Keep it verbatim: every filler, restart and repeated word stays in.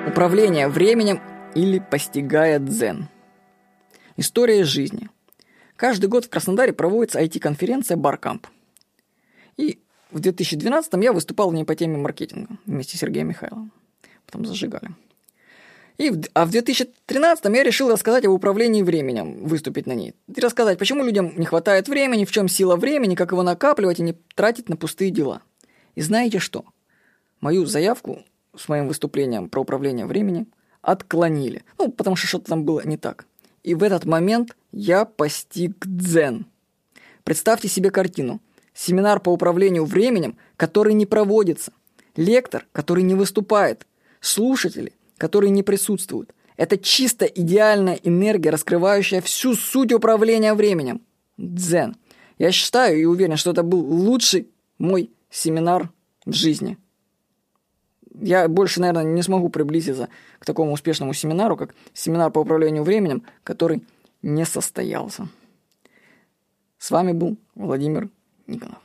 Управление временем или постигая дзен. История из жизни. Каждый год в Краснодаре проводится ай ти-конференция Баркамп. И в две тысячи двенадцатом я выступал в ней по теме маркетинга вместе с Сергеем Михайловым. Потом зажигали. И в, а в две тысячи тринадцатом я решил рассказать об управлении временем, выступить на ней. И рассказать, почему людям не хватает времени, в чем сила времени, как его накапливать и не тратить на пустые дела. И знаете что? Мою заявку с моим выступлением про управление временем отклонили. Ну, потому что что-то там было не так. И в этот момент я постиг дзен. Представьте себе картину. Семинар по управлению временем, который не проводится. Лектор, который не выступает. Слушатели, которые не присутствуют. Это чисто идеальная энергия, раскрывающая всю суть управления временем. Дзен. Я считаю и уверен, что это был лучший мой семинар в жизни. Я больше, наверное, не смогу приблизиться к такому успешному семинару, как семинар по управлению временем, который не состоялся. С вами был Владимир Никонов.